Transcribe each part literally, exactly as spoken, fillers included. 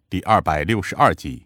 第二百六十二集。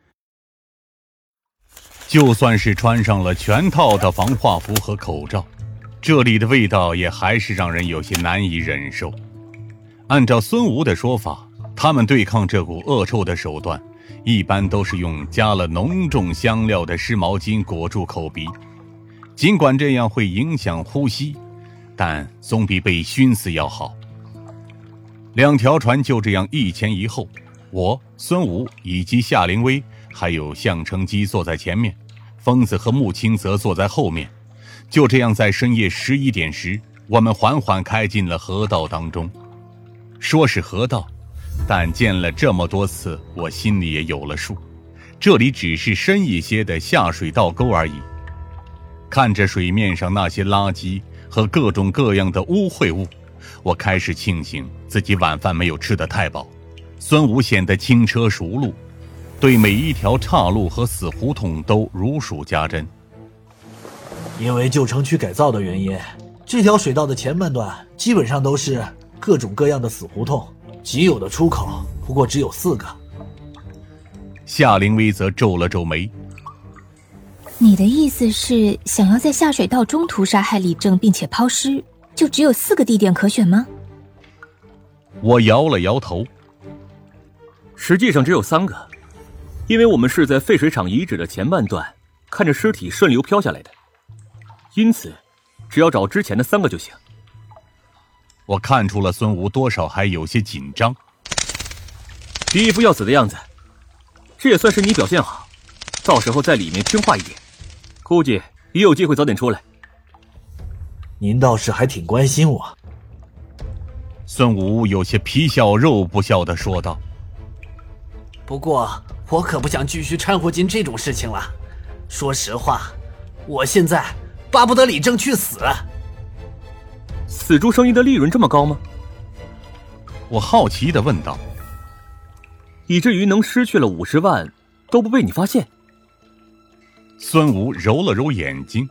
就算是穿上了全套的防化服和口罩，这里的味道也还是让人有些难以忍受。按照孙吴的说法，他们对抗这股恶臭的手段一般都是用加了浓重香料的湿毛巾裹住口鼻，尽管这样会影响呼吸，但总比被熏死要好。两条船就这样一前一后，我、孙吴以及夏灵薇还有项承基坐在前面，疯子和穆青则坐在后面。就这样在深夜十一点时，我们缓缓开进了河道当中。说是河道，但见了这么多次，我心里也有了数，这里只是深一些的下水道沟而已。看着水面上那些垃圾和各种各样的污秽物，我开始庆幸自己晚饭没有吃得太饱。孙吴显得轻车熟路，对每一条岔路和死胡同都如数家珍。 因为旧城区改造的原因，这条水道的前半段基本上都是各种各样的死胡同，仅有的出口不过只有四个。 夏灵薇则皱了皱眉。 你的意思是想要在下水道中途杀害李正并且抛尸，就只有四个地点可选吗？ 我摇了摇头。 实际上只有三个，因为我们是在废水厂遗址的前半段看着尸体顺流飘下来的，因此只要找之前的三个就行。 我看出了孙吴多少还有些紧张， 第一副要死的样子，这也算是你表现好，到时候在里面听话一点，估计也有机会早点出来。 您倒是还挺关心我。 孙吴有些皮笑肉不笑地说道。 不过我可不想继续掺和进这种事情了，说实话，我现在巴不得李正去死。 死猪生意的利润这么高吗？ 我好奇地问道。 以至于能失去了五十万都不被你发现？ 孙吴揉了揉眼睛。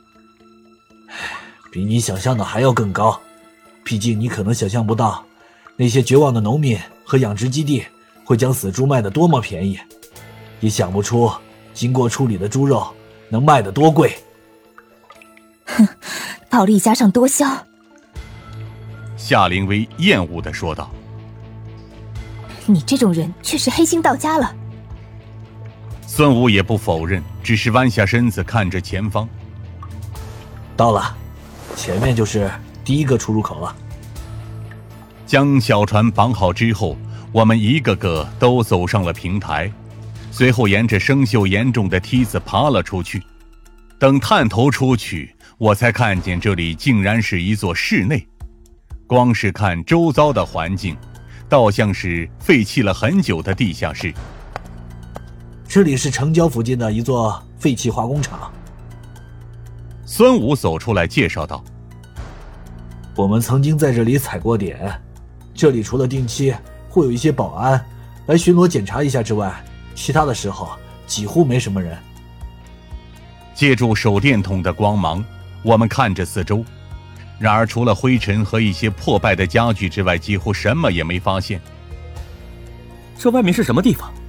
比你想象的还要更高，毕竟你可能想象不到，那些绝望的农民和养殖基地会将死猪卖得多么便宜，也想不出经过处理的猪肉能卖得多贵。 哼，暴利加上多销。 夏灵薇厌恶地说道。 你这种人确实黑心到家了。 孙吴也不否认，只是弯下身子看着前方。 到了，前面就是第一个出入口了。 将小船绑好之后，我们一个个都走上了平台，随后沿着生锈严重的梯子爬了出去。等探头出去，我才看见这里竟然是一座室内。光是看周遭的环境，倒像是废弃了很久的地下室。 这里是城郊附近的一座废弃化工厂。 孙武走出来介绍道。 我们曾经在这里踩过点，这里除了定期会有一些保安来巡逻检查一下之外，其他的时候几乎没什么人。 借助手电筒的光芒，我们看着四周，然而除了灰尘和一些破败的家具之外，几乎什么也没发现。 这外面是什么地方？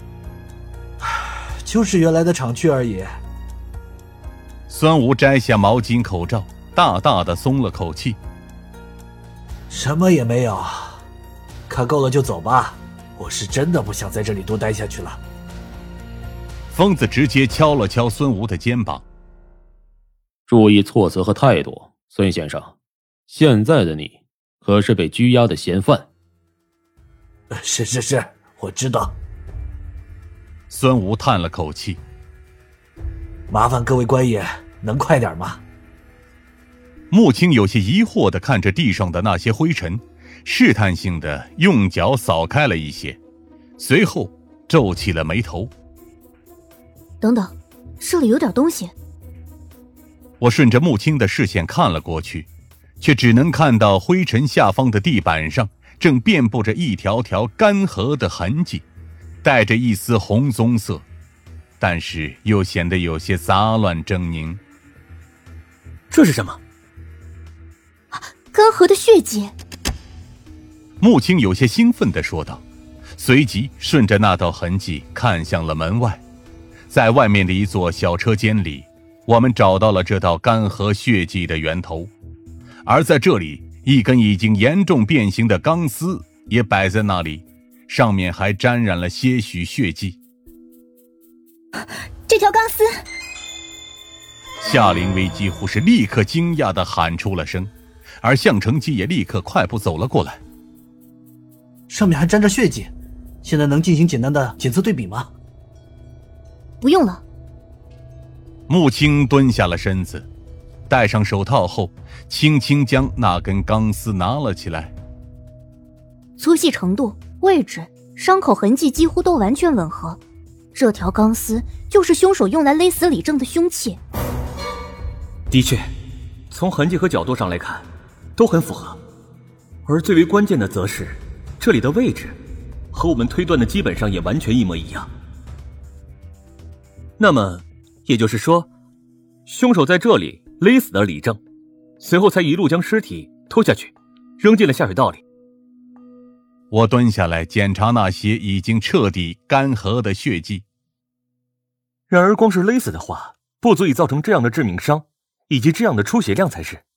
就是原来的厂区而已。 孙吴摘下毛巾口罩，大大的松了口气。 什么也没有，看够了就走吧，我是真的不想在这里多待下去了。 疯子直接敲了敲孙吴的肩膀。 注意措辞和态度，孙先生，现在的你可是被拘押的嫌犯。 是是是，我知道。 孙吴叹了口气。 麻烦各位官爷能快点吗？ 穆青有些疑惑地看着地上的那些灰尘，试探性地用脚扫开了一些，随后皱起了眉头。 等等，这里有点东西。 我顺着穆青的视线看了过去，却只能看到灰尘下方的地板上正遍布着一条条干涸的痕迹，带着一丝红棕色，但是又显得有些杂乱狰狞。 这是什么？ 干涸的血迹。 穆青有些兴奋地说道， 随即顺着那道痕迹看向了门外，在外面的一座小车间里，我们找到了这道干涸血迹的源头。而在这里，一根已经严重变形的钢丝也摆在那里，上面还沾染了些许血迹。 这条钢丝！ 夏灵薇几乎是立刻惊讶地喊出了声，而向成基也立刻快步走了过来。 上面还沾着血迹，现在能进行简单的检测对比吗？ 不用了。 穆青蹲下了身子，戴上手套后，轻轻将那根钢丝拿了起来。 粗细程度、位置、伤口痕迹几乎都完全吻合，这条钢丝就是凶手用来勒死李正的凶器。 的确，从痕迹和角度上来看，都很符合。而最为关键的则是，这里的位置和我们推断的基本上也完全一模一样。那么，也就是说，凶手在这里勒死了李正，随后才一路将尸体拖下去，扔进了下水道里。 我蹲下来检查那些已经彻底干涸的血迹。 然而，光是勒死的话，不足以造成这样的致命伤，以及这样的出血量才是。